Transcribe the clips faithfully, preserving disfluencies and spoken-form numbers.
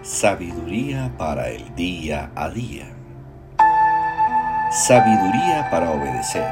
Sabiduría para el día a día. Sabiduría para obedecer.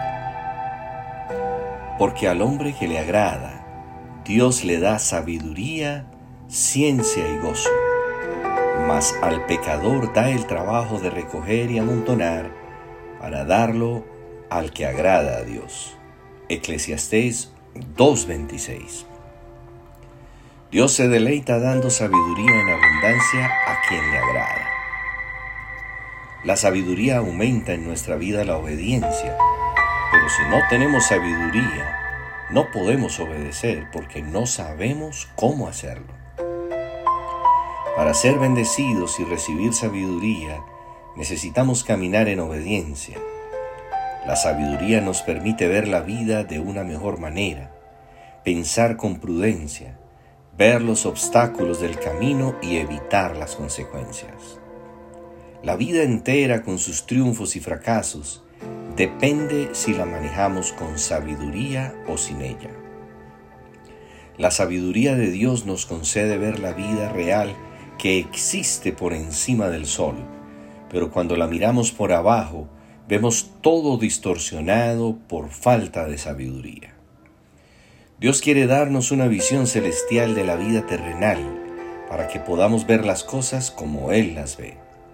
Porque al hombre que le agrada, Dios le da sabiduría, ciencia y gozo. Mas al pecador da el trabajo de recoger y amontonar para darlo al que agrada a Dios. Eclesiastés dos veintiséis. Dios se deleita dando sabiduría en abundancia a quien le agrada. La sabiduría aumenta en nuestra vida la obediencia, pero si no tenemos sabiduría, no podemos obedecer porque no sabemos cómo hacerlo. Para ser bendecidos y recibir sabiduría, necesitamos caminar en obediencia. La sabiduría nos permite ver la vida de una mejor manera, pensar con prudencia, ver los obstáculos del camino y evitar las consecuencias. La vida entera, con sus triunfos y fracasos, depende si la manejamos con sabiduría o sin ella. La sabiduría de Dios nos concede ver la vida real que existe por encima del sol, pero cuando la miramos por abajo, vemos todo distorsionado por falta de sabiduría. Dios quiere darnos una visión celestial de la vida terrenal para que podamos ver las cosas como Él las ve.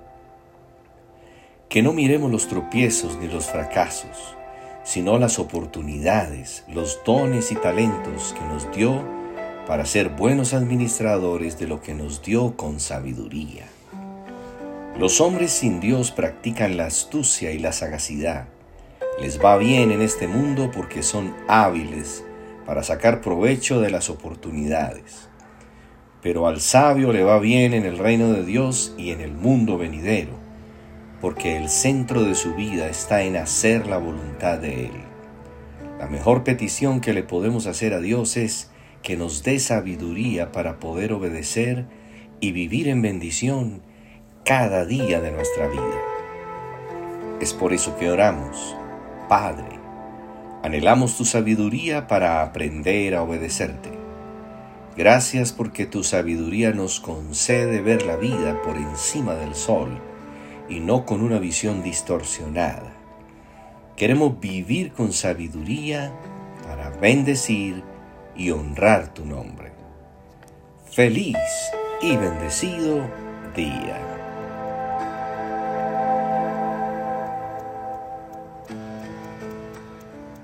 Que no miremos los tropiezos ni los fracasos, sino las oportunidades, los dones y talentos que nos dio para ser buenos administradores de lo que nos dio con sabiduría. Los hombres sin Dios practican la astucia y la sagacidad. Les va bien en este mundo porque son hábiles para sacar provecho de las oportunidades. Pero al sabio le va bien en el reino de Dios y en el mundo venidero, porque el centro de su vida está en hacer la voluntad de Él. La mejor petición que le podemos hacer a Dios es que nos dé sabiduría para poder obedecer y vivir en bendición cada día de nuestra vida. Es por eso que oramos: Padre, anhelamos tu sabiduría para aprender a obedecerte. Gracias porque tu sabiduría nos concede ver la vida por encima del sol y no con una visión distorsionada. Queremos vivir con sabiduría para bendecir y honrar tu nombre. Feliz y bendecido día.